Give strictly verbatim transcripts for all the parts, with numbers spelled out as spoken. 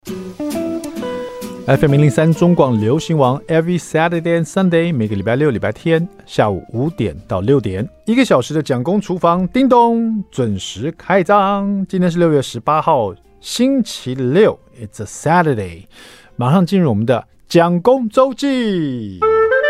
F M 零零三中广流行王 Every Saturday and Sunday 每个礼拜六礼拜天下午五点到六点一个小时的蒋公厨房叮咚准时开张。今天是六月十八号星期六 It's a Saturday， 马上进入我们的蒋公周记。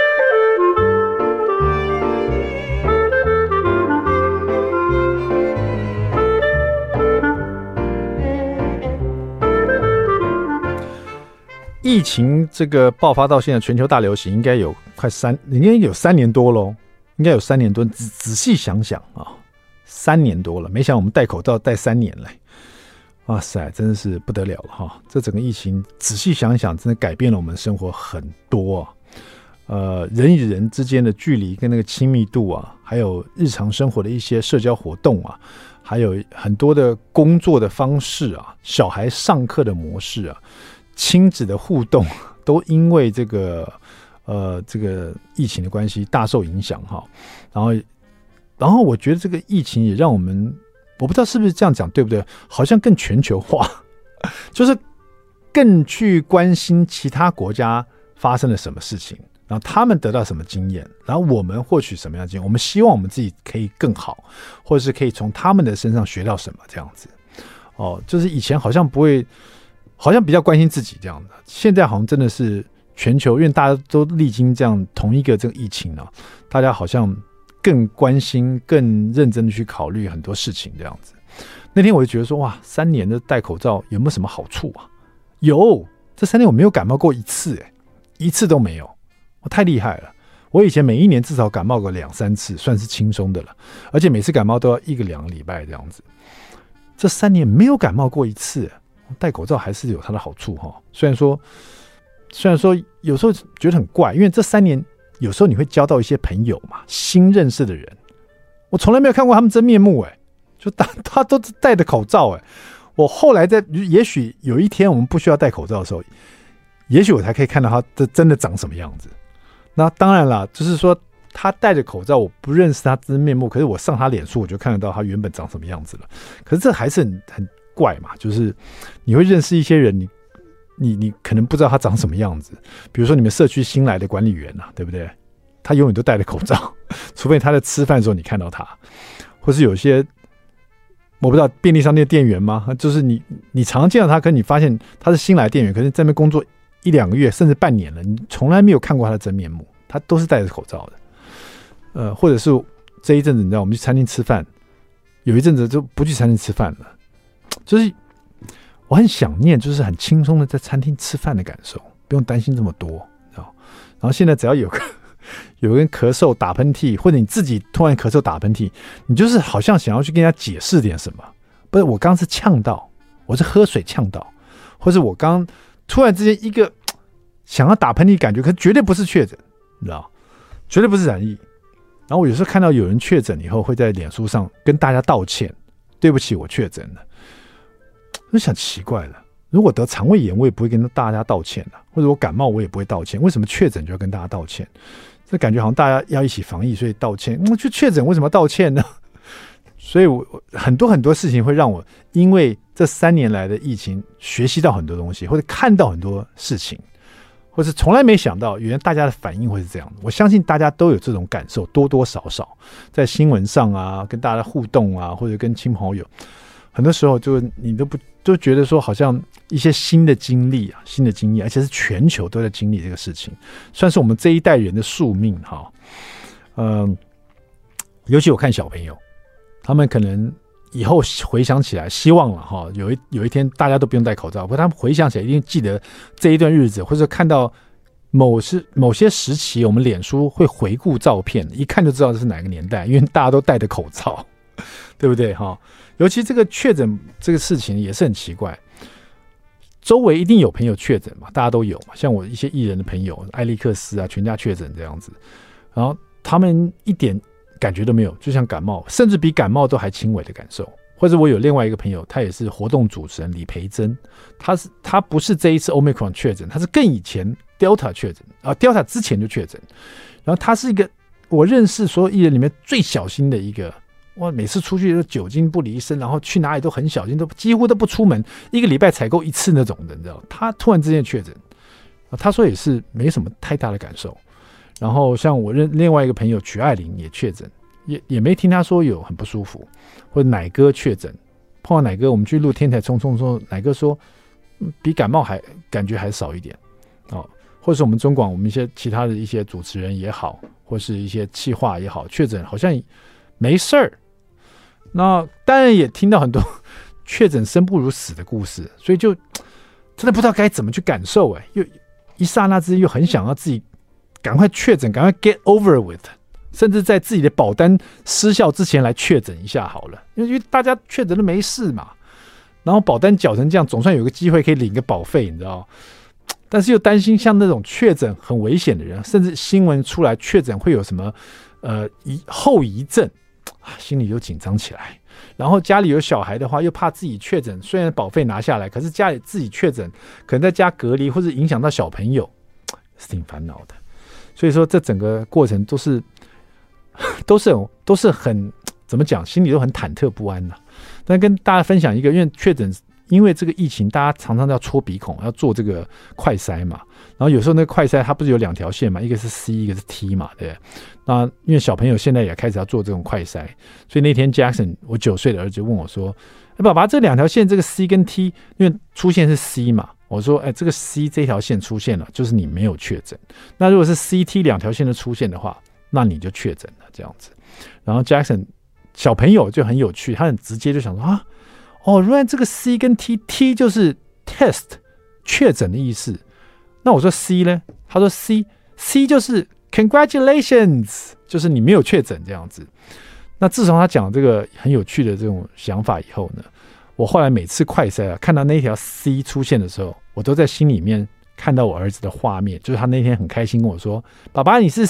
疫情这个爆发到现在，全球大流行应该有快三，应该有三年多咯，应该有三年多。仔仔细想想啊，三年多了，没想到我们戴口罩戴三年了，哇塞，真的是不得了了哈！这整个疫情仔细想想，真的改变了我们生活很多啊。呃，人与人之间的距离跟那个亲密度啊，还有日常生活的一些社交活动啊，还有很多的工作的方式啊，小孩上课的模式啊。亲子的互动都因为这个呃这个疫情的关系大受影响哈，然后然后我觉得这个疫情也让我们，我不知道是不是这样讲对不对，好像更全球化，就是更去关心其他国家发生了什么事情，然后他们得到什么经验，然后我们获取什么样的经验，我们希望我们自己可以更好，或者是可以从他们的身上学到什么这样子。哦，就是以前好像不会。好像比较关心自己这样的，现在好像真的是全球，因为大家都历经这样同一个这个疫情啊，大家好像更关心、更认真的去考虑很多事情这样子。那天我就觉得说，哇，三年的戴口罩有没有什么好处啊？有，这三年我没有感冒过一次，哎，一次都没有，我太厉害了。我以前每一年至少感冒个两三次，算是轻松的了，而且每次感冒都要一个两个礼拜这样子。这三年没有感冒过一次。戴口罩还是有它的好处哈，虽然说，虽然说有时候觉得很怪，因为这三年有时候你会交到一些朋友嘛，新认识的人，我从来没有看过他们真面目哎，就他他都戴着口罩哎，我后来在也许有一天我们不需要戴口罩的时候，也许我才可以看到他这真的长什么样子。那当然啦，就是说他戴着口罩，我不认识他真面目，可是我上他脸书我就看得到他原本长什么样子了。可是这还是很很。怪嘛，就是你会认识一些人，你你你可能不知道他长什么样子。比如说你们社区新来的管理员啊，对不对？他永远都戴着口罩，除非他在吃饭的时候你看到他，或是有些我不知道便利商店店员吗？就是你你常常见到他，可是你发现他是新来的店员，可是在那边工作一两个月甚至半年了，你从来没有看过他的真面目，他都是戴着口罩的。呃，或者是这一阵子你知道我们去餐厅吃饭，有一阵子就不去餐厅吃饭了。就是我很想念，就是很轻松的在餐厅吃饭的感受，不用担心这么多，然后现在只要有个有人咳嗽、打喷嚏，或者你自己突然咳嗽、打喷嚏，你就是好像想要去跟人家解释点什么。不是我刚刚是呛到，我是喝水呛到，或是我刚突然之间一个想要打喷嚏感觉，可绝对不是确诊，你知道，绝对不是染疫。然后我有时候看到有人确诊以后，会在脸书上跟大家道歉，对不起，我确诊了。我就想奇怪了，如果得肠胃炎我也不会跟大家道歉的，或者我感冒我也不会道歉，为什么确诊就要跟大家道歉？这感觉好像大家要一起防疫，所以道歉。我就确诊为什么要道歉呢？所以我很多很多事情会让我因为这三年来的疫情学习到很多东西，或者看到很多事情，或是从来没想到原来大家的反应会是这样的。我相信大家都有这种感受，多多少少在新闻上啊，跟大家互动啊，或者跟亲朋好友，很多时候就你都不就觉得说好像一些新的经历啊，新的经验，而且是全球都在经历这个事情，算是我们这一代人的宿命哈。嗯，尤其我看小朋友，他们可能以后回想起来，希望了哈，有一有一天大家都不用戴口罩，不过他们回想起来一定记得这一段日子，或者看到某时某些时期，我们脸书会回顾照片，一看就知道这是哪个年代，因为大家都戴着口罩，对不对哈？尤其这个确诊这个事情也是很奇怪，周围一定有朋友确诊嘛，大家都有嘛，像我一些艺人的朋友，艾利克斯啊，全家确诊这样子，然后他们一点感觉都没有，就像感冒，甚至比感冒都还轻微的感受。或者我有另外一个朋友，他也是活动主持人李培珍，他是他不是这一次 Omicron 确诊，他是更以前 Delta 确诊啊 ，Delta 之前就确诊，然后他是一个我认识所有艺人里面最小心的一个。 哇，每次出去都酒精不离身，然后去哪里都很小心，都几乎都不出门，一个礼拜采购一次那种的，你知道？他突然之间确诊，他说也是没什么太大的感受。然后像我认另外一个朋友曲爱玲也确诊，也也没听他说有很不舒服，或者奶哥确诊，碰到奶哥我们去录天台冲冲说，奶哥说、嗯、比感冒还感觉还少一点哦。或者是我们中广我们一些其他的一些主持人也好，或是一些企划也好，确诊好像没事儿。那当然也听到很多确诊生不如死的故事，所以就真的不知道该怎么去感受。哎，又一刹那之间又很想要自己赶快确诊，赶快 get over with， 甚至在自己的保单失效之前来确诊一下好了，因为大家确诊都没事嘛，然后保单缴成这样，总算有个机会可以领个保费，你知道。但是又担心像那种确诊很危险的人，甚至新闻出来确诊会有什么呃后遗症，心里又紧张起来。然后家里有小孩的话，又怕自己确诊，虽然保费拿下来，可是家里自己确诊，可能在家隔离或者影响到小朋友，是挺烦恼的。所以说这整个过程都是都是都是很怎么讲，心里都很忐忑不安的、啊。但跟大家分享一个，因为确诊。因为这个疫情，大家常常要戳鼻孔，要做这个快筛嘛。然后有时候那个快筛它不是有两条线嘛，一个是 C， 一个是 T 嘛，对不对？那因为小朋友现在也开始要做这种快筛，所以那天 Jackson 我九岁的儿子问我说：“哎，爸爸，这两条线这个 C 跟 T， 因为出现是 C 嘛，我说，哎，这个 C 这条线出现了，就是你没有确诊。那如果是 C T 两条线的出现的话，那你就确诊了这样子。然后 Jackson 小朋友就很有趣，他很直接就想说啊。”哦，原来这个 C 跟 T，T 就是 test 确诊的意思。那我说 C 呢？他说 C，C 就是 congratulations， 就是你没有确诊这样子。那自从他讲这个很有趣的这种想法以后呢，我后来每次快筛啊，看到那条 C 出现的时候，我都在心里面看到我儿子的画面，就是他那天很开心跟我说：“爸爸，你是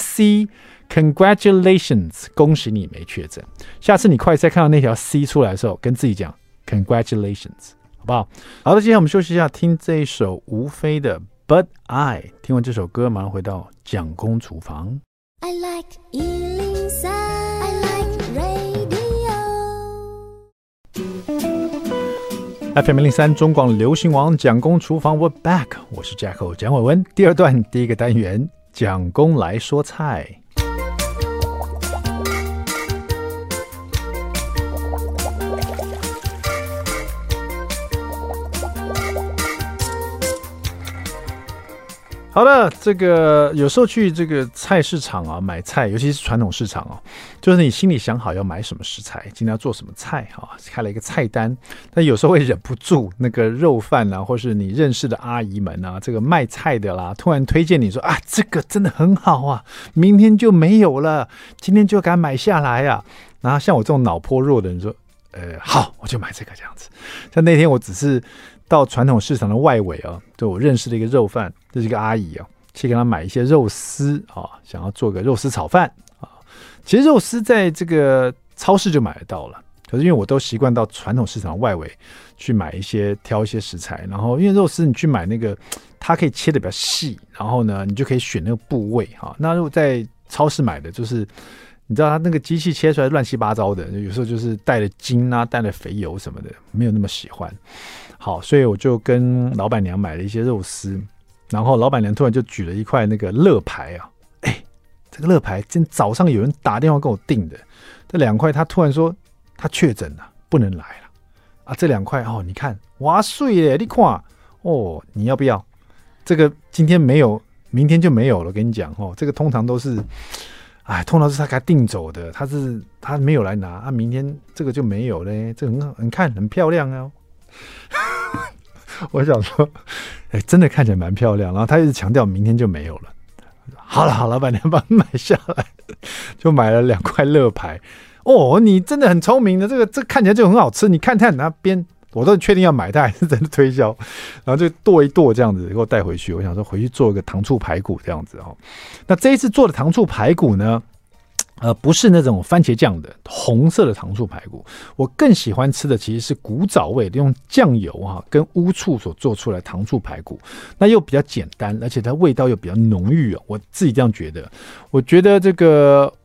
C，congratulations， 恭喜你没确诊。下次你快筛看到那条 C 出来的时候，跟自己讲。” Congratulations， 好不好？好的，接下来我们休息一下，听这一首吴飞的 But I。听完这首歌，马上回到蒋公厨房。I like 一零三 I like radio。F M 一零三中广流行王蒋公厨房 ，We're back， 我是 Jacko 蒋伟文。第二段第一个单元，蒋公来说菜。好的，这个有时候去这个菜市场啊买菜，尤其是传统市场啊，就是你心里想好要买什么食材，今天要做什么菜啊，开了一个菜单，但有时候会忍不住那个肉贩啊，或是你认识的阿姨们啊，这个卖菜的啦，突然推荐你说啊，这个真的很好啊，明天就没有了，今天就敢买下来啊。然后像我这种脑波弱的人说，呃，好，我就买这个这样子。像那天我只是。到传统市场的外围啊，对我认识的一个肉贩，这是一个阿姨啊，去跟他买一些肉丝啊，想要做个肉丝炒饭啊。其实肉丝在这个超市就买得到了，可是因为我都习惯到传统市场外围去买一些挑一些食材，然后因为肉丝你去买那个，它可以切的比较细，然后呢，你就可以选那个部位哈。那如果在超市买的，就是你知道它那个机器切出来乱七八糟的，有时候就是带了筋啊，带了肥油什么的，没有那么喜欢。好，所以我就跟老板娘买了一些肉丝，然后老板娘突然就举了一块那个乐牌啊，哎，这个乐牌今天早上有人打电话跟我订的，这两块他突然说他确诊了，不能来了啊，这两块哦，你看哇碎耶，你看哦，你要不要？这个今天没有，明天就没有了，我跟你讲哦，这个通常都是。哎，通常是他给他订走的，他是他没有来拿啊，明天这个就没有嘞，这个很好，你看很漂亮哦。我想说，哎，真的看起来蛮漂亮，然后他一直强调明天就没有了。好了，好，老板娘帮你买下来，就买了两块乐牌。哦，你真的很聪明的，这个这个看起来就很好吃，你看看那边。我都确定要买，他还是真的推销，然后就剁一剁这样子给我带回去。我想说回去做一个糖醋排骨这样子哦。那这一次做的糖醋排骨呢，呃，不是那种番茄酱的红色的糖醋排骨，我更喜欢吃的其实是古早味的，用酱油哈跟乌醋所做出来的糖醋排骨，那又比较简单，而且它味道又比较浓郁哦。我自己这样觉得，我觉得这个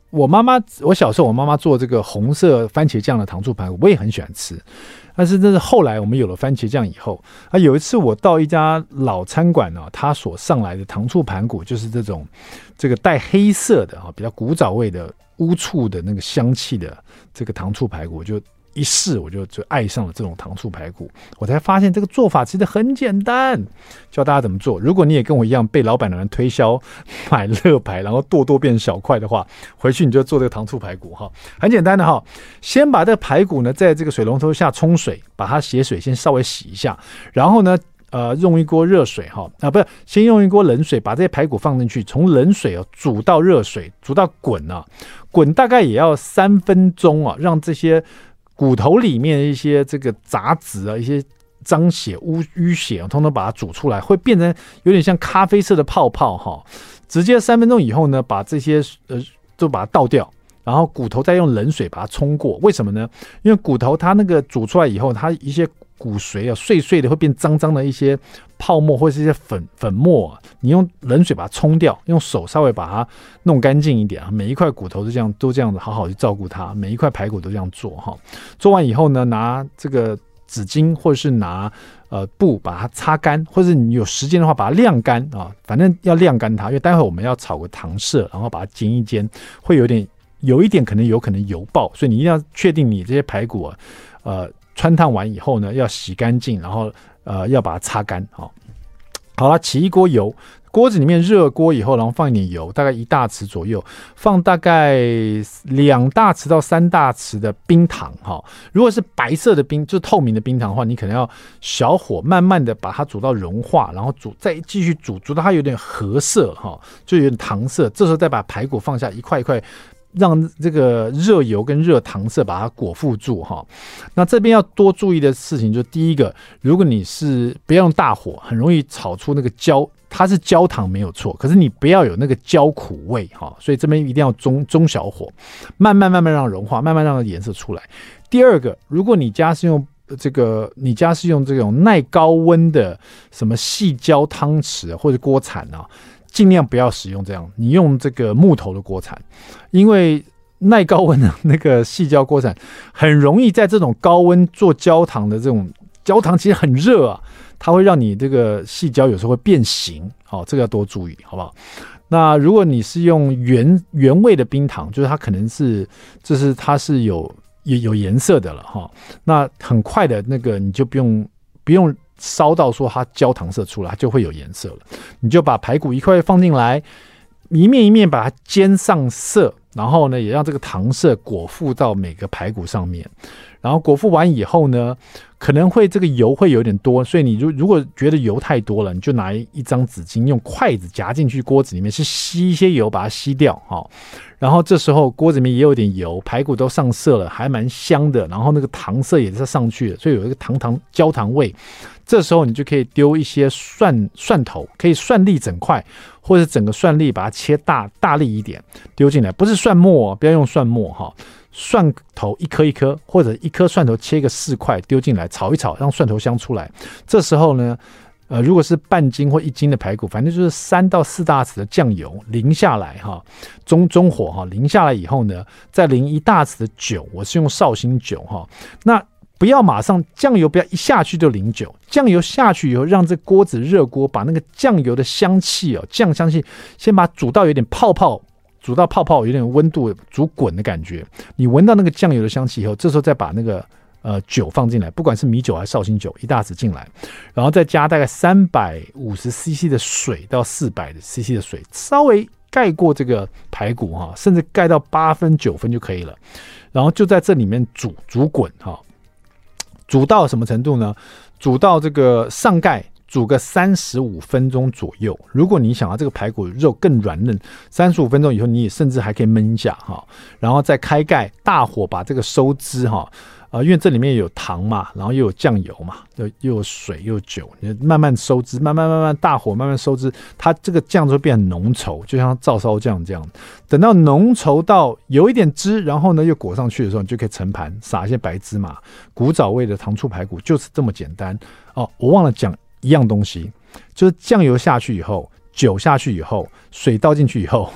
我妈妈，我小时候我妈妈做这个红色番茄酱的糖醋排骨，我也很喜欢吃。但是这是后来我们有了番茄酱以后，啊，有一次我到一家老餐馆呢、啊，他所上来的糖醋排骨就是这种这个带黑色的啊，比较古早味的乌醋的那个香气的这个糖醋排骨，我就一试我就就爱上了这种糖醋排骨。我才发现这个做法其实很简单，教大家怎么做。如果你也跟我一样被老板娘推销买乐排，然后剁剁变小块的话，回去你就做这个糖醋排骨哈，很简单的哈。先把这个排骨呢，在这个水龙头下冲水，把它血水先稍微洗一下，然后呢，呃，用一锅热水哈啊，不是，先用一锅冷水把这些排骨放进去，从冷水哦煮到热水，煮到滚啊，滚大概也要三分钟啊，让这些骨头里面的一些这个杂质啊，一些脏血、污淤血，通通把它煮出来，会变成有点像咖啡色的泡泡哈。直接三分钟以后呢，把这些呃都把它倒掉，然后骨头再用冷水把它冲过。为什么呢？因为骨头它那个煮出来以后，它一些骨髓啊碎碎的会变脏脏的一些泡沫或是一些粉粉末、啊，你用冷水把它冲掉，用手稍微把它弄干净一点啊。每一块骨头都这样都这样子好好去照顾它，每一块排骨都这样做哈。做完以后呢，拿这个纸巾或者是拿呃布把它擦干，或者你有时间的话把它晾干啊，反正要晾干它，因为待会我们要炒个糖色，然后把它煎一煎，会有点有一点可能有可能油爆，所以你一定要确定你这些排骨啊，呃。汆烫完以后呢，要洗干净，然后呃要把它擦干。好，好了，起一锅油，锅子里面热锅以后，然后放一点油，大概一大匙左右，放大概两大匙到三大匙的冰糖。哈，如果是白色的冰，就是透明的冰糖的话，你可能要小火慢慢的把它煮到融化，然后煮再继续煮，煮到它有点褐色哈，就有点糖色，这时候再把排骨放下一块一块。让这个热油跟热糖色把它裹覆住哈。那这边要多注意的事情，就第一个，如果你是不要用大火，很容易炒出那个焦，它是焦糖没有错，可是你不要有那个焦苦味哈。所以这边一定要中中小火，慢慢慢慢让融化，慢慢让颜色出来。第二个，如果你家是用这个，你家是用这种耐高温的什么细胶汤匙或者锅铲啊。尽量不要使用这样，你用这个木头的锅铲，因为耐高温的那个细胶锅铲很容易在这种高温做焦糖的这种焦糖其实很热啊，它会让你这个细胶有时候会变形，好、哦，这个要多注意，好不好？那如果你是用原原味的冰糖，就是它可能是，就是它是有有有颜色的了哈、哦，那很快的那个你就不用不用。烧到说它焦糖色出来，它就会有颜色了。你就把排骨一块放进来，一面一面把它煎上色，然后呢，也让这个糖色裹覆到每个排骨上面。然后裹覆完以后呢，可能会这个油会有点多，所以你如如果觉得油太多了，你就拿一张纸巾，用筷子夹进去锅子里面，是吸一些油把它吸掉哈、哦。然后这时候锅子里面也有点油，排骨都上色了，还蛮香的。然后那个糖色也是上去了，所以有一个糖糖焦糖味。这时候你就可以丢一些蒜蒜头，可以蒜粒整块，或者整个蒜粒把它切大大粒一点丢进来，不是蒜末、哦，不要用蒜末哈、哦，蒜头一颗一颗，或者一颗蒜头切个四块丢进来炒一炒，让蒜头香出来。这时候呢，呃，如果是半斤或一斤的排骨，反正就是三到四大匙的酱油淋下来哈，中中火哈，淋下来以后呢，再淋一大匙的酒，我是用绍兴酒哈，那。不要马上酱油不要一下去就淋酒，酱油下去以后，让这锅子热锅，把那个酱油的香气哦，酱香气先把它煮到有点泡泡，煮到泡泡有点温度，煮滚的感觉。你闻到那个酱油的香气以后，这时候再把那个呃酒放进来，不管是米酒还是绍兴酒，一大匙进来，然后再加大概三百五十 C C 的水到四百 C C 的水，稍微盖过这个排骨哈，甚至盖到八分九分就可以了。然后就在这里面煮煮滚哈。煮到什么程度呢？煮到这个上盖煮个三十五分钟左右。如果你想要这个排骨肉更软嫩，三十五分钟以后，你也甚至还可以焖一下哈，然后再开盖，大火把这个收汁哈。呃，因为这里面有糖嘛，然后又有酱油嘛，又又有水又有酒，你慢慢收汁，慢慢慢慢大火慢慢收汁，它这个酱就会变很浓稠，就像照烧酱这样。等到浓稠到有一点汁，然后呢又裹上去的时候，你就可以盛盘，撒一些白芝麻，古早味的糖醋排骨就是这么简单哦。我忘了讲一样东西，就是酱油下去以后，酒下去以后，水倒进去以后。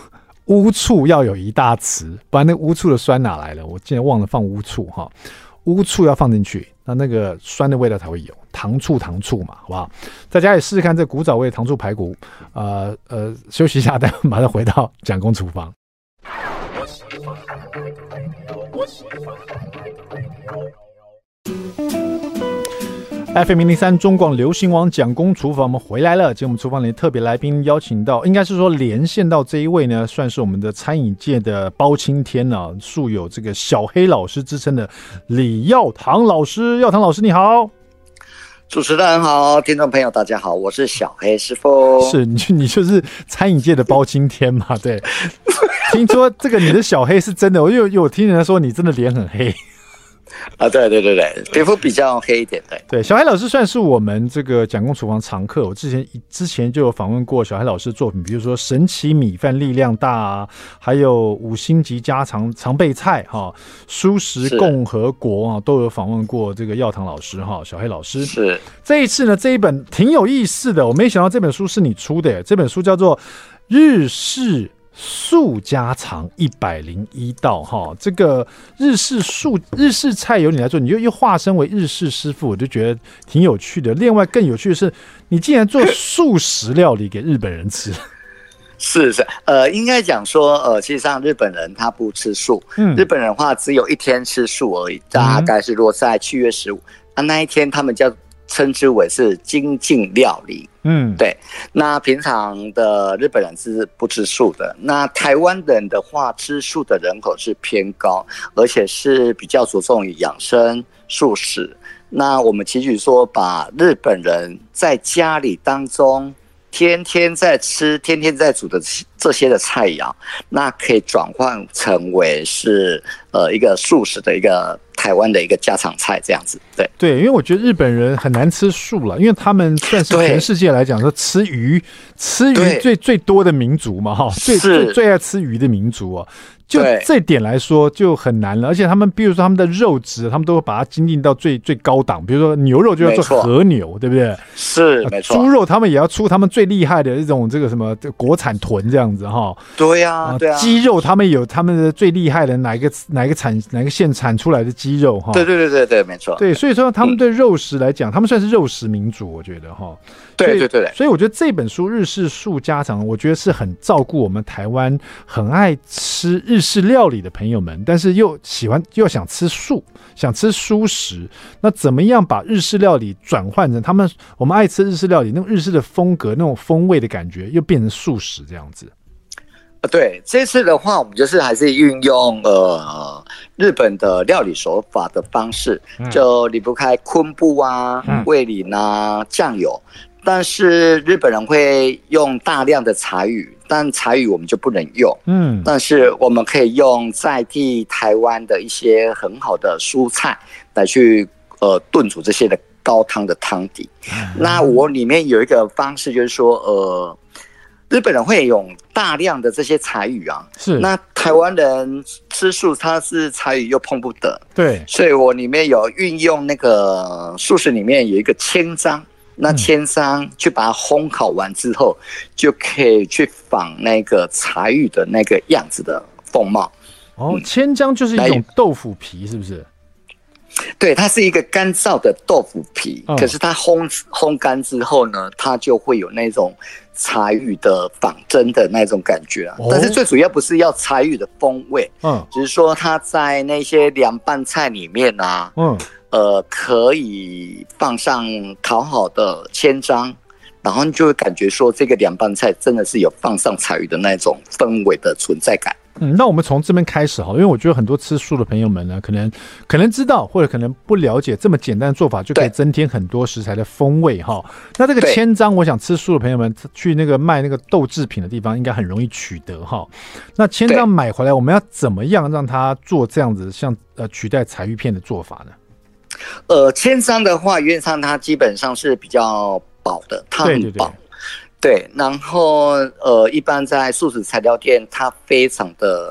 乌醋要有一大匙，不然那个乌醋的酸哪来了？我竟然忘了放乌醋哈，乌醋要放进去，那那个酸的味道才会有。糖醋糖醋嘛，好不好？在家里试试看这古早味糖醋排骨。呃呃，休息一下，待会马上回到蒋公厨房。F M 零零三中广流行网蒋公厨房，我们回来了。今天我们厨房里特别来宾邀请到，应该是说连线到这一位呢，算是我们的餐饮界的包青天啊，素有这个小黑老师之称的李耀堂老师。耀堂老师你好。 主持人好，听众朋友大家好，我是小黑师傅。 是你，你就是餐饮界的包青天嘛？对。听说这个你的小黑是真的，我有有听人家说你真的脸很黑。 啊，对对对对，皮肤比较黑一点，对对。小海老师算是我们这个蒋公厨房常客，我之前之前就有访问过小海老师的作品，比如说神奇米饭力量大啊，还有五星级家常常备菜哈，蔬食共和国啊，都有访问过这个耀堂老师哈，小黑老师是。这一次呢，这一本挺有意思的，我没想到这本书是你出的，这本书叫做《日式素家常一百零一道》哈，这个日式素日式菜由你来做，你又又化身为日式师傅，我就觉得挺有趣的。另外更有趣的是，你竟然做素食料理给日本人吃。 是是，呃，应该讲说，呃，其实上日本人他不吃素，嗯，日本人的话只有一天吃素而已，大概是落在七月十五，啊，那一天他们叫称之为是精进料理。嗯，对。那平常的日本人是不吃素的，那台湾人的话，吃素的人口是偏高，而且是比较着重于养生素食。那我们其实说，把日本人在家里当中天天在吃、天天在煮的这些的菜肴，那可以转换成为是呃一个素食的一个台湾的一个家常菜这样子。对对，因为我觉得日本人很难吃素了，因为他们算是全世界来讲说吃鱼吃鱼最最多的民族嘛，哈，最最最爱吃鱼的民族哦。就这点来说就很难了，而且他们比如说他们的肉质，他们都会把它精进到最最高档，比如说牛肉就要做和牛，对不对？ 是没错。 猪肉他们也要出他们最厉害的这种这个什么国产豚这样子哈。 对呀、啊，对啊。 鸡肉他们有他们的最厉害的哪一个哪一个产哪一个县产出来的鸡肉哈。 对对对对对，没错。 对，所以说他们对肉食来讲，嗯、他们算是肉食民族，我觉得哈。 对对对， 所以我觉得这本书《日式素家常》，我觉得是很照顾我们台湾很爱吃日式料理的朋友们，但是又喜欢又想吃素，想吃蔬食，那怎么样把日式料理转换成他们我们爱吃日式料理那种日式的风格、那种风味的感觉，又变成素食这样子？ 对，这次的话，我们就是还是运用呃日本的料理手法的方式，就离不开昆布啊、味淋啊、酱油。但是日本人会用大量的柴鱼，但柴鱼我们就不能用。嗯，但是我们可以用在地台湾的一些很好的蔬菜来去呃炖煮这些的高汤的汤底。嗯、那我里面有一个方式，就是说呃，日本人会用大量的这些柴鱼啊，是那台湾人吃素，他是柴鱼又碰不得，对，所以我里面有运用那个素食里面有一个千张。那千张去把它烘烤完之后，就可以去仿那个柴鱼的那个样子的风貌。 哦，千张就是一种豆腐皮，是不是？ 对，它是一个干燥的豆腐皮，哦、可是它烘烘干之后呢，它就会有那种柴鱼的仿真的那种感觉、啊哦、但是最主要不是要柴鱼的风味，嗯，只是说它在那些凉拌菜里面啊，嗯。呃，可以放上烤好的千张，然后你就会感觉说这个凉拌菜真的是有放上柴鱼的那种氛围的存在感。 嗯，那我们从这边开始哈，因为我觉得很多吃素的朋友们呢，可能可能知道或者可能不了解这么简单的做法就可以增添很多食材的风味哈。那这个千张，我想吃素的朋友们去那个卖那个豆制品的地方应该很容易取得哈。那千张买回来，我们要怎么样让它做这样子像呃取代柴鱼片的做法呢？ 呃，千张的话，原则上它基本上是比较薄的，它很薄。对, 对, 对，然后呃，一般在素食材料店，它非常的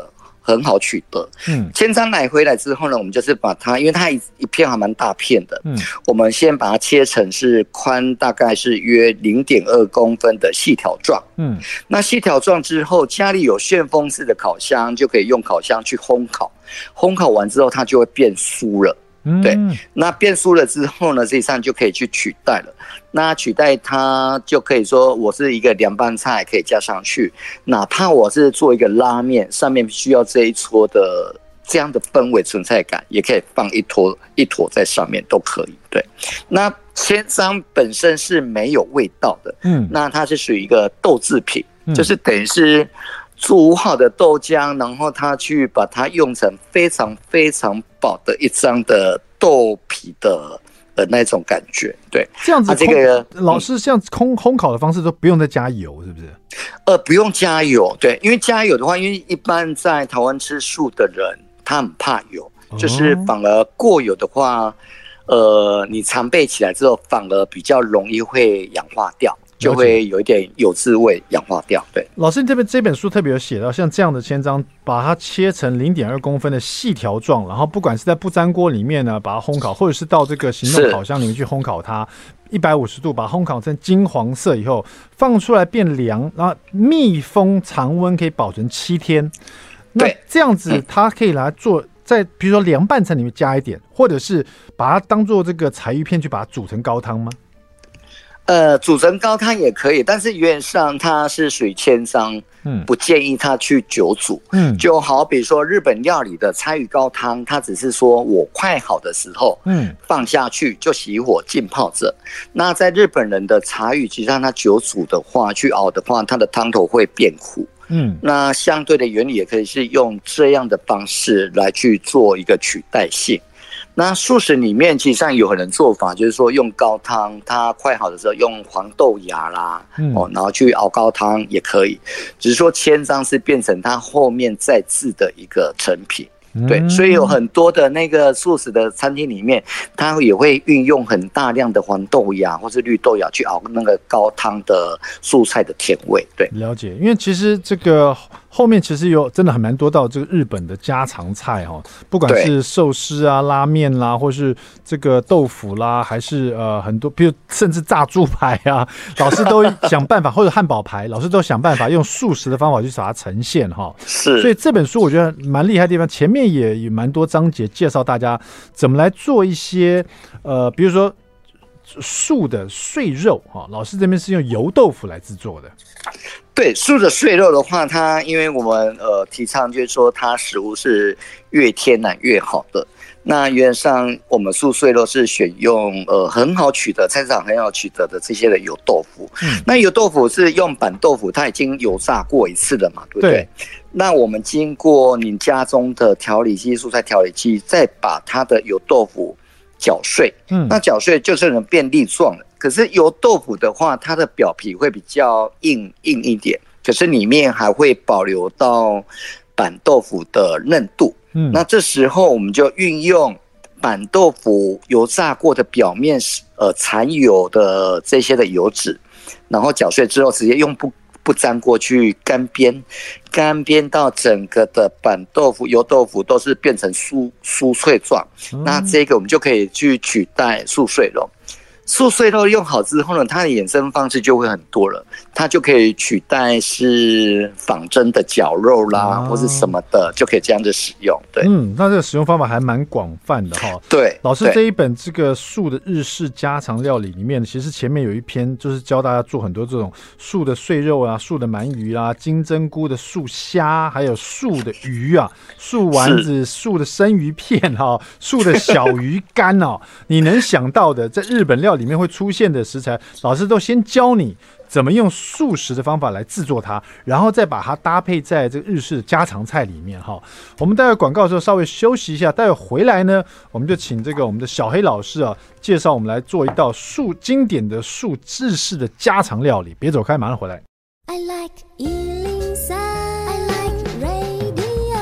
很好取得。嗯，千张奶回来之后呢，我们就是把它，因为它一一片还蛮大片的，嗯，我们先把它切成是宽大概是约 零点二公分的细条状。嗯，那细条状之后，家里有旋风式的烤箱，就可以用烤箱去烘烤。烘烤完之后，它就会变酥了。对，那变酥了之后呢，实际上就可以去取代了。那取代它就可以说，我是一个凉拌菜，可以加上去。哪怕我是做一个拉面，上面需要这一撮的这样的氛围存在感，也可以放一坨一坨在上面都可以。对，那千张本身是没有味道的，嗯，那它是属于一个豆制品，就是等于是煮好的豆浆，然后他去把它用成非常非常薄的一张的豆皮的呃那种感觉，对， 这样子、啊。这个老师像烘烘烤的方式都不用再加油，是不是？ 呃，不用加油，对，因为加油的话，因为一般在台湾吃素的人，他很怕油，就是反而过油的话，呃，你常备起来之后，反而比较容易会氧化掉。就会有一点油脂味氧化掉。对， 老师，你这边这本书特别有写到，像这样的千张，把它切成 零点二公分的细条状，然后不管是在不粘锅里面呢，把它烘烤，或者是到这个行动烤箱里面去烘烤它，一百五十度把它烘烤成金黄色以后，放出来变凉，然后密封常温可以保存七天。那这样子，它可以来做。在比如说凉拌菜里面加一点，或者是把它当做这个柴鱼片去把它煮成高汤吗？ 呃，煮成高汤也可以，但是原则上它是属于千张，嗯，不建议它去久煮，嗯，就好比说日本料理的柴鱼高汤，它只是说我快好的时候，嗯，放下去就熄火浸泡着。那在日本人的柴鱼，其实让它久煮的话，去熬的话，它的汤头会变苦。嗯，那相对的原理也可以是用这样的方式来去做一个取代性。那素食里面其实上有很多做法，就是说用高汤，它快好的时候用黄豆芽啦，嗯、哦，然后去熬高汤也可以。只是说千张是变成它后面再制的一个成品。对，所以有很多的那个素食的餐厅里面，它也会运用很大量的黄豆芽或是绿豆芽去熬那个高汤的素菜的甜味。对， 了解。因为其实这个后面其实有真的很蛮多道这个日本的家常菜哦，不管是寿司啊、拉面啦，或是这个豆腐啦，还是呃很多，比如甚至炸猪排啊，老师都想办法，或者汉堡排，老师都想办法用素食的方法去把它呈现哈。 是， 所以这本书我觉得蛮厉害的地方，前面也有蛮多章节介绍大家怎么来做一些呃，比如说素的碎肉哈，老师这边是用油豆腐来制作的。 对，素的碎肉的话，它因为我们呃提倡就是说它食物是越天然越好的。那原则上我们素碎肉是选用呃很好取得菜市场很好取得的这些的油豆腐。嗯，那油豆腐是用板豆腐，它已经油炸过一次了嘛，对不对？对，那我们经过你家中的调理机、蔬菜调理机，再把它的油豆腐搅碎。嗯，那搅碎就是能变粒状了。可是油豆腐的话，它的表皮会比较硬硬一点，可是里面还会保留到板豆腐的嫩度。嗯，那这时候我们就运用板豆腐油炸过的表面呃残油的这些的油脂，然后搅碎之后直接用不不粘锅去干煸，干煸到整个的板豆腐、油豆腐都是变成酥酥脆状。嗯，那这个我们就可以去取代素碎肉。素碎肉用好之后呢，它的衍生方式就会很多了，它就可以取代是仿真的绞肉啦，哦、或是什么的，就可以这样子使用。对， 嗯，那这个使用方法还蛮广泛的哈。 对， 老师这一本这个素的日式家常料理里面，其实前面有一篇就是教大家做很多这种素的碎肉啊、素的鳗鱼啊、金针菇的素虾，还有素的鱼啊、素丸子、素的生鱼片哈、素的小鱼干哦，你能想到的，在日本料理里面会出现的食材，老师都先教你怎么用素食的方法来制作它，然后再把它搭配在这个日式的家常菜里面哈。我们待会广告的时候稍微休息一下，待会回来呢，我们就请这个我们的小黑老师啊，介绍我们来做一道素经典的素日式的家常料理。别走开，马上回来。I like 一零三 I like radio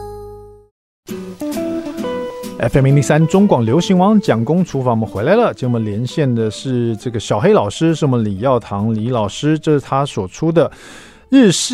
F M 零零三中广流行网蒋公厨房，我们回来了。今天我们连线的是这个小黑老师，是我们李耀堂李老师，这是他所出的日式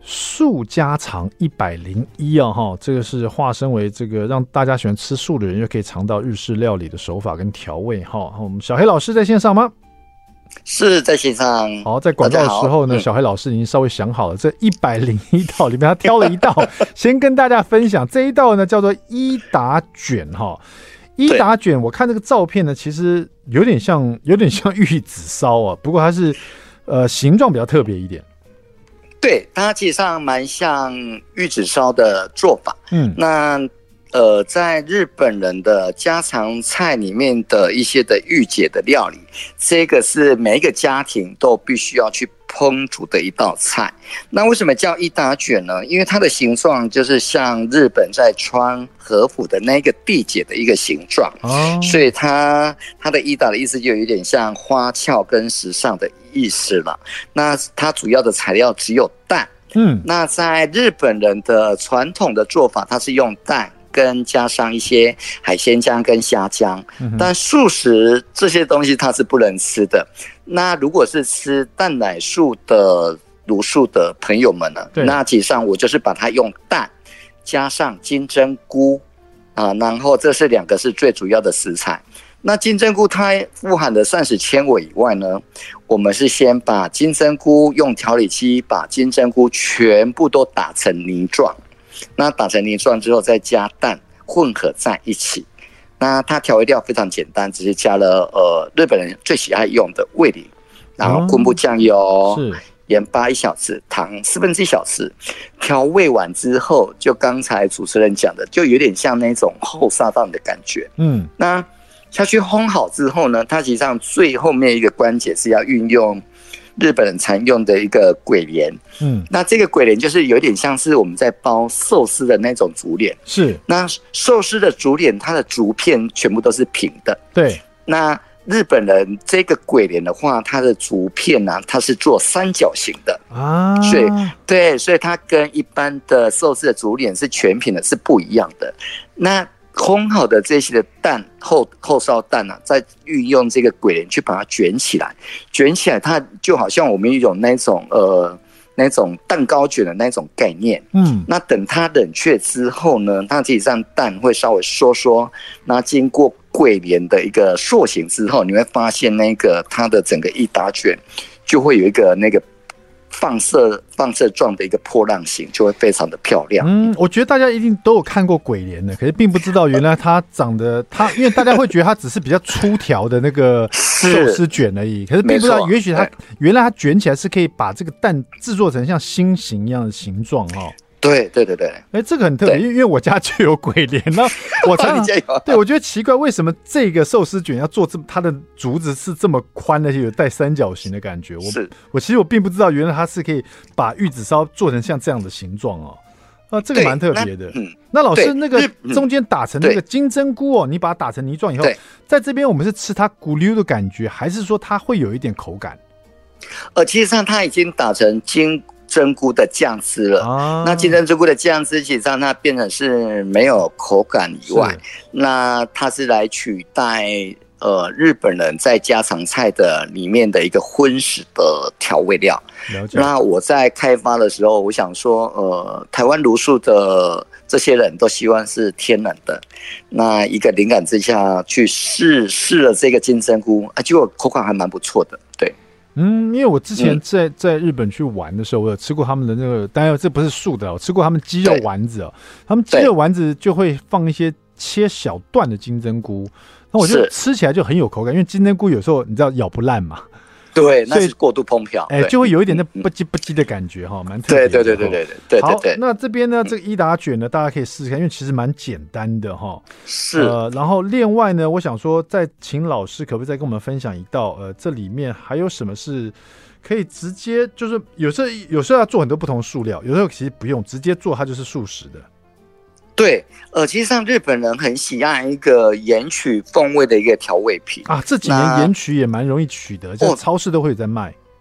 素家常一百零一啊，哈，这个是化身为这个让大家喜欢吃素的人，又可以尝到日式料理的手法跟调味哈。我们小黑老师在线上吗？ 是在线上。 好，在广告的时候呢，小黑老师已经稍微想好了，这一百零一道里面他挑了一道，先跟大家分享。这一道呢叫做伊达卷哈。伊达卷，我看这个照片呢，其实有点像，有点像玉子烧啊，不过它是呃形状比较特别一点。 对，它其实上蛮像玉子烧的做法。嗯，那呃，在日本人的家常菜里面的一些的御姐的料理，这个是每一个家庭都必须要去烹煮的一道菜。那为什么叫伊达卷呢？因为它的形状就是像日本在穿和服的那个地姐的一个形状，哦，所以它它的伊达的意思就有点像花俏跟时尚的意思了。那它主要的材料只有蛋，嗯，那在日本人的传统的做法，它是用蛋跟加上一些海鲜酱跟虾酱，但素食这些东西它是不能吃的。那如果是吃蛋奶素的茹素的朋友们呢，那基本上我就是把它用蛋加上金针菇啊，然后这是两个是最主要的食材。那金针菇它富含的膳食纤维以外呢，我们是先把金针菇用调理机把金针菇全部都打成泥状，那打成泥状之后再加蛋混合在一起。那它调味料非常简单，只是加了呃日本人最喜爱用的味淋，然后昆布酱油、嗯、盐巴一小匙，糖四分之一小匙。调味完之后，就刚才主持人讲的，就有点像那种后沙饭的感觉。嗯，那下去烘好之后呢，它实际上最后面一个关节是要运用日本人常用的一个鬼莲，嗯，那这个鬼莲就是有点像是我们在包寿司的那种竹帘，是。那寿司的竹帘，它的竹片全部都是平的，对。那日本人这个鬼莲的话，它的竹片呢、啊，它是做三角形的啊，所以对，所以它跟一般的寿司的竹帘是全平的，是不一样的。那烘好的这些的蛋后后烧蛋啊，再运用这个鬼莲去把它卷起来，卷起来它就好像我们有那种呃那种蛋糕卷的那种概念。嗯，那等它冷却之后呢，它基本上蛋会稍微缩缩，那经过鬼莲的一个塑形之后，你会发现那个它的整个伊达卷就会有一个那个放射放射状的一个波浪形，就会非常的漂亮。嗯， 我觉得大家一定都有看过鬼莲的，可是并不知道原来它长得它，因为大家会觉得它只是比较粗条的那个寿司卷而已，可是并不知道，也许它原来它卷起来是可以把这个蛋制作成像心形一样的形状哦。 对对对对， 哎，这个很特别，因为我家就有鬼莲，然后我常常对我觉得奇怪，为什么这个寿司卷要做这么，它的竹子是这么宽，而且有带三角形的感觉。我我其实我并不知道，原来它是可以把玉子烧做成像这样的形状哦。啊，这个蛮特别的。那, 嗯、那老师，那个中间打成那个金针菇哦，你把它打成泥状以后，在这边我们是吃它咕溜的感觉，还是说它会有一点口感？ 呃，其实上它已经打成金针菇的酱汁了，啊、那金针菇的酱汁，其实上它变成是没有口感以外，那它是来取代呃日本人在家常菜的里面的一个荤食的调味料。那我在开发的时候，我想说，呃，台湾茹素的这些人都希望是天然的，那一个灵感之下去试试了这个金针菇，啊，结果口感还蛮不错的，对。 嗯，因为我之前在在日本去玩的时候，我有吃过他们的那个，当然这不是素的，我吃过他们鸡肉丸子哦。他们鸡肉丸子就会放一些切小段的金针菇，那我觉得吃起来就很有口感，因为金针菇有时候你知道咬不烂嘛。 对，那是过度烹调， 哎、欸，就会有一点那不叽不叽的感觉哈，蛮特别的。 对对对对对对。 好，那这边呢，这个伊达卷呢，大家可以试试看，因为其实蛮简单的哈。 是。 呃，然后另外呢，我想说，再请老师可不可以再跟我们分享一道？呃，这里面还有什么是可以直接，就是有时候有时候要做很多不同塑料，有时候其实不用直接做，它就是素食的。 对，呃，其实上日本人很喜爱一个盐曲风味的一个调味品啊，这几年盐曲也蛮容易取得，在超市都会有在卖。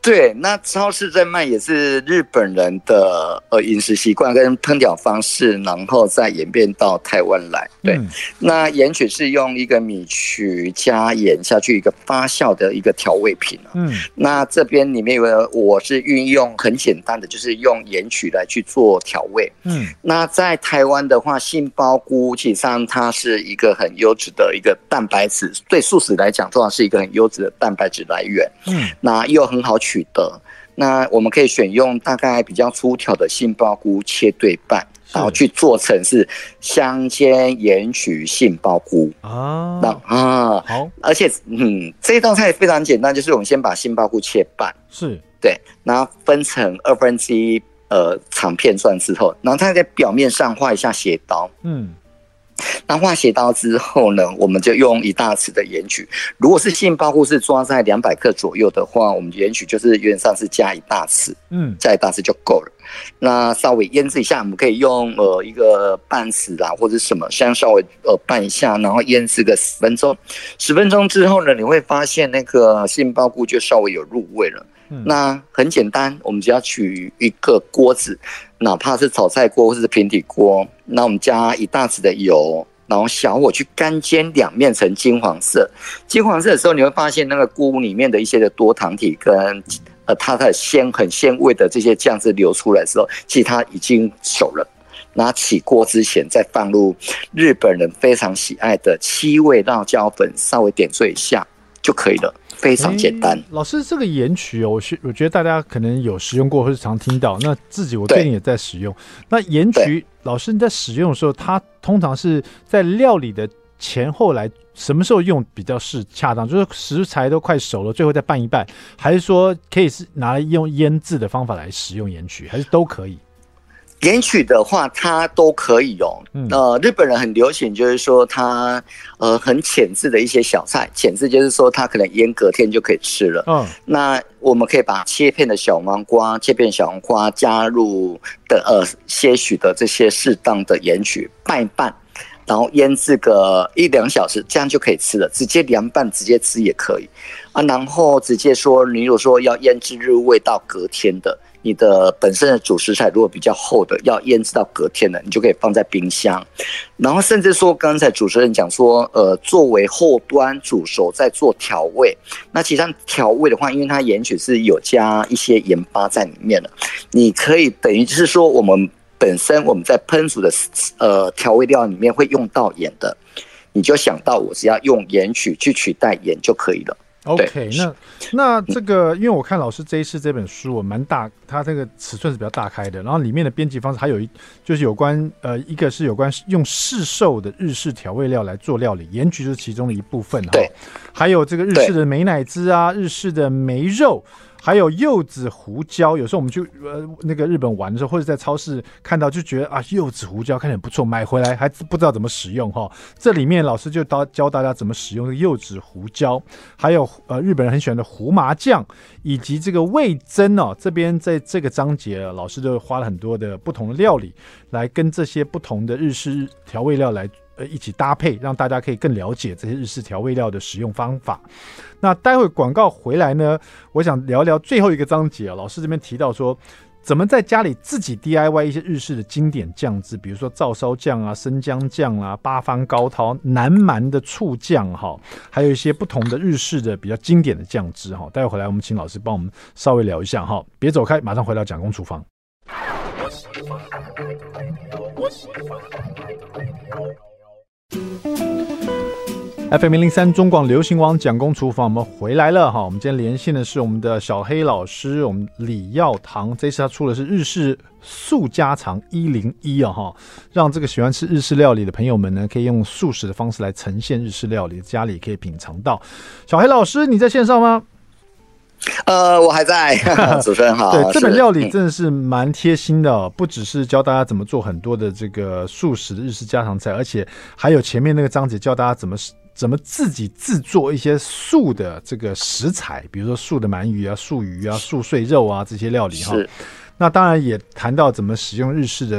对，那超市在卖也是日本人的呃饮食习惯跟烹调方式，然后再演变到台湾来。对，嗯、那盐曲是用一个米曲加盐下去一个发酵的一个调味品、啊、嗯，那这边里面有个我是运用很简单的，就是用盐曲来去做调味。嗯，那在台湾的话，杏鲍菇其实上它是一个很优质的一个蛋白质，对素食来讲，通常是一个很优质的蛋白质来源。嗯，那又很好取得，那我们可以选用大概比较粗条的杏鲍菇切对半，然后去做成是香煎盐曲杏鲍菇啊，啊，好，而且嗯，这道菜非常简单，就是我们先把杏鲍菇切半，是对，然后分成二分之一呃长片段之后，然后它在表面上画一下斜刀，嗯。那画斜刀之后呢，我们就用一大匙的盐曲。如果是杏鲍菇是抓在两百克左右的话，我们盐曲就是原则上是加一大匙，嗯，加一大匙就够了。那稍微腌制一下，我们可以用呃一个半匙啦，或者什么，先稍微呃拌一下，然后腌制个十分钟。十分钟之后呢，你会发现那个杏鲍菇就稍微有入味了。嗯、那很简单，我们只要取一个锅子，哪怕是炒菜锅或是平底锅，那我们加一大匙的油，然后小火去干煎两面成金黄色。金黄色的时候，你会发现那个菇里面的一些的多糖体跟呃它的鲜很鲜味的这些酱汁流出来的时候，其实它已经熟了。拿起锅之前，再放入日本人非常喜爱的七味辣椒粉，稍微点缀一下就可以了。非常简单。 老师，这个盐曲哦，我我觉得大家可能有使用过或是常听到，那自己我最近也在使用。那盐曲，老师你在使用的时候，它通常是在料理的前后来什么时候用比较是恰当？就是食材都快熟了，最后再拌一拌，还是说可以是拿来用腌制的方法来使用盐曲，还是都可以？ 盐曲的话，它都可以哦。嗯、呃，日本人很流行，就是说它呃很浅制的一些小菜，浅制就是说它可能腌隔天就可以吃了。嗯，那我们可以把切片的小黄瓜、切片小黄瓜加入的呃些许的这些适当的盐曲拌一拌，然后腌制个一两小时，这样就可以吃了。直接凉拌直接吃也可以啊。然后直接说，你如果说要腌制入味到隔天的。你的本身的主食材如果比较厚的，要腌制到隔天的，你就可以放在冰箱。然后甚至说，刚才主持人讲说，呃，作为后端煮熟再做调味。那其实上调味的话，因为它盐曲是有加一些盐巴在里面的，你可以等于就是说，我们本身我们在烹煮的呃调味料里面会用到盐的，你就想到我只要用盐曲去取代盐就可以了。 OK， 那那这个，因为我看老师这一次这本书，我蛮大，它这个尺寸是比较大开的，然后里面的编辑方式还有一就是有关呃，一个是有关用市售的日式调味料来做料理，盐曲就是其中的一部分哈，还有这个日式的美乃滋啊，日式的梅肉。还有柚子胡椒，有时候我们去呃那个日本玩的时候，或者在超市看到，就觉得啊柚子胡椒看起来不错，买回来还不知道怎么使用哈。这里面老师就教大家怎么使用柚子胡椒，还有呃日本人很喜欢的胡麻酱，以及这个味噌哦。这边在这个章节，老师就花了很多的不同的料理来跟这些不同的日式调味料来。呃，一起搭配，让大家可以更了解这些日式调味料的使用方法。那待会广告回来呢，我想聊聊最后一个章节啊。老师这边提到说，怎么在家里自己 D I Y 一些日式的经典酱汁，比如说照烧酱啊、生姜酱啊、八方高汤、南蛮的醋酱哈，还有一些不同的日式的比较经典的酱汁哈。待会回来，我们请老师帮我们稍微聊一下哈。别走开，马上回到蒋公厨房。F M 零零三中广流行网蒋公厨房，我们回来了哈。我们今天连线的是我们的小黑老师，我们李耀堂，这次他出的是日式素家常一零一啊哈，让这个喜欢吃日式料理的朋友们呢，可以用素食的方式来呈现日式料理，家里可以品尝到。小黑老师，你在线上吗？ 呃，我还在，主持人好。 对，这本料理真的是蛮贴心的、哦，不只是教大家怎么做很多的这个素食的日式家常菜，而且还有前面那个章节教大家怎么怎么自己制作一些素的这个食材，比如说素的鳗鱼啊、素鱼啊、素碎肉啊这些料理哈。那当然也谈到怎么使用日式的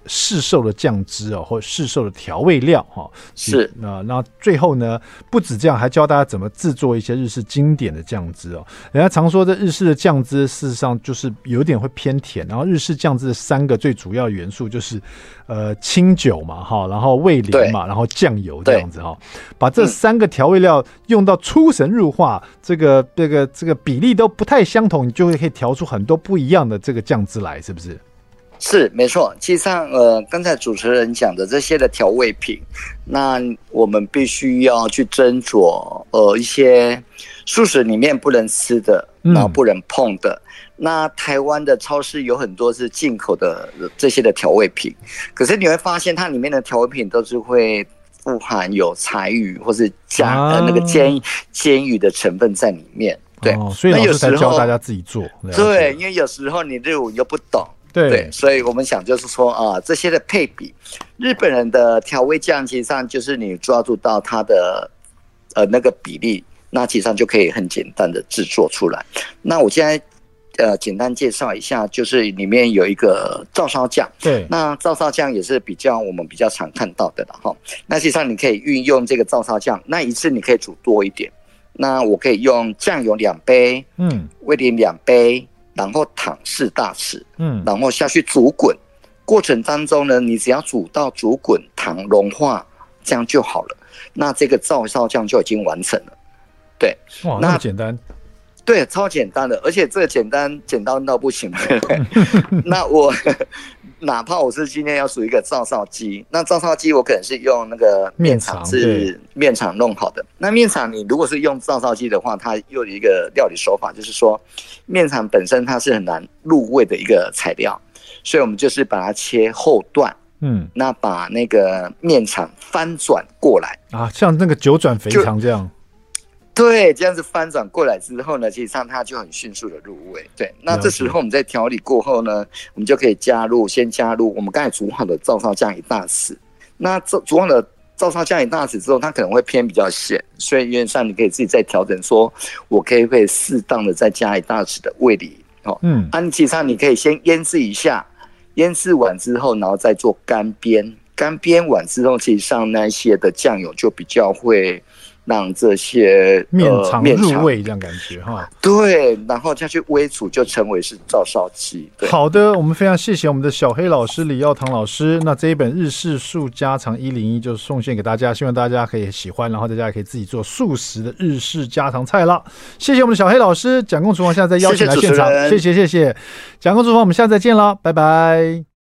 市售的酱汁哦，或市售的调味料哈、哦。 是那那最后呢，不止这样，还教大家怎么制作一些日式经典的酱汁哦。人家常说这日式的酱汁事实上就是有点会偏甜，然后日式酱汁的三个最主要元素就是呃清酒嘛哈，然后味淋嘛，然后酱油这样子哈，把这三个调味料用到出神入化，嗯、这个这个这个比例都不太相同，你就会可以调出很多不一样的这个酱汁来，是不是？ 是没错，其实上，呃，刚才主持人讲的这些的调味品，那我们必须要去斟酌，呃，一些素食里面不能吃的，然后不能碰的。嗯、那台湾的超市有很多是进口的这些的调味品，可是你会发现它里面的调味品都是会富含有柴鱼或是加、啊、呃那个煎煎鱼的成分在里面。对， 哦、所以老师才教大家自己做。 对，因为有时候你日文又不懂。对, 对，所以我们想就是说啊，这些的配比，日本人的调味酱其实上就是你抓住到它的呃那个比例，那其实上就可以很简单的制作出来。那我现在呃简单介绍一下，就是里面有一个照烧酱， 对， 那照烧酱也是比较我们比较常看到的了哈。那其实上你可以运用这个照烧酱，那一次你可以煮多一点，那我可以用酱油两杯，嗯，味淋两杯。然后糖四大匙，嗯，然后下去煮滚，过程当中呢，你只要煮到煮滚，糖融化，这样就好了。那这个照烧酱就已经完成了。对， 哇，那么简单。 对，超简单的，而且这个简单简单到不行了。那我哪怕我是今天要煮一个照烧鸡，那照烧鸡我可能是用那个面肠是面肠弄好的。那面肠你如果是用照烧鸡的话，它又有一个料理手法，就是说面肠本身它是很难入味的一个材料，所以我们就是把它切厚段。嗯，那把那个面肠翻转过来啊，像那个九转肥肠这样。 对，这样子翻转过来之后呢，其实上它就很迅速的入味。对，那这时候我们在调理过后呢，我们就可以加入，先加入我们刚才煮好的照烧酱一大匙。那煮好的照烧酱一大匙之后，它可能会偏比较咸，所以原则上你可以自己再调整，说我可以会适当的再加一大匙的味淋。哦，嗯，啊，其实上你可以先腌制一下，腌制完之后，然后再做干煸，干煸完之后，其实上那些的酱油就比较会。让这些面肠入味，这样感觉哈。 对，然后再去煨煮，就成为是照烧鸡。 好的，我们非常谢谢我们的小黑老师李耀堂老师。那这一本日式素家常一零一就送献给大家，希望大家可以喜欢，然后大家也可以自己做素食的日式家常菜了。谢谢我们的小黑老师，蒋公厨房下次再邀请来现场，谢谢谢谢。蒋公厨房，我们下次再见了，拜拜。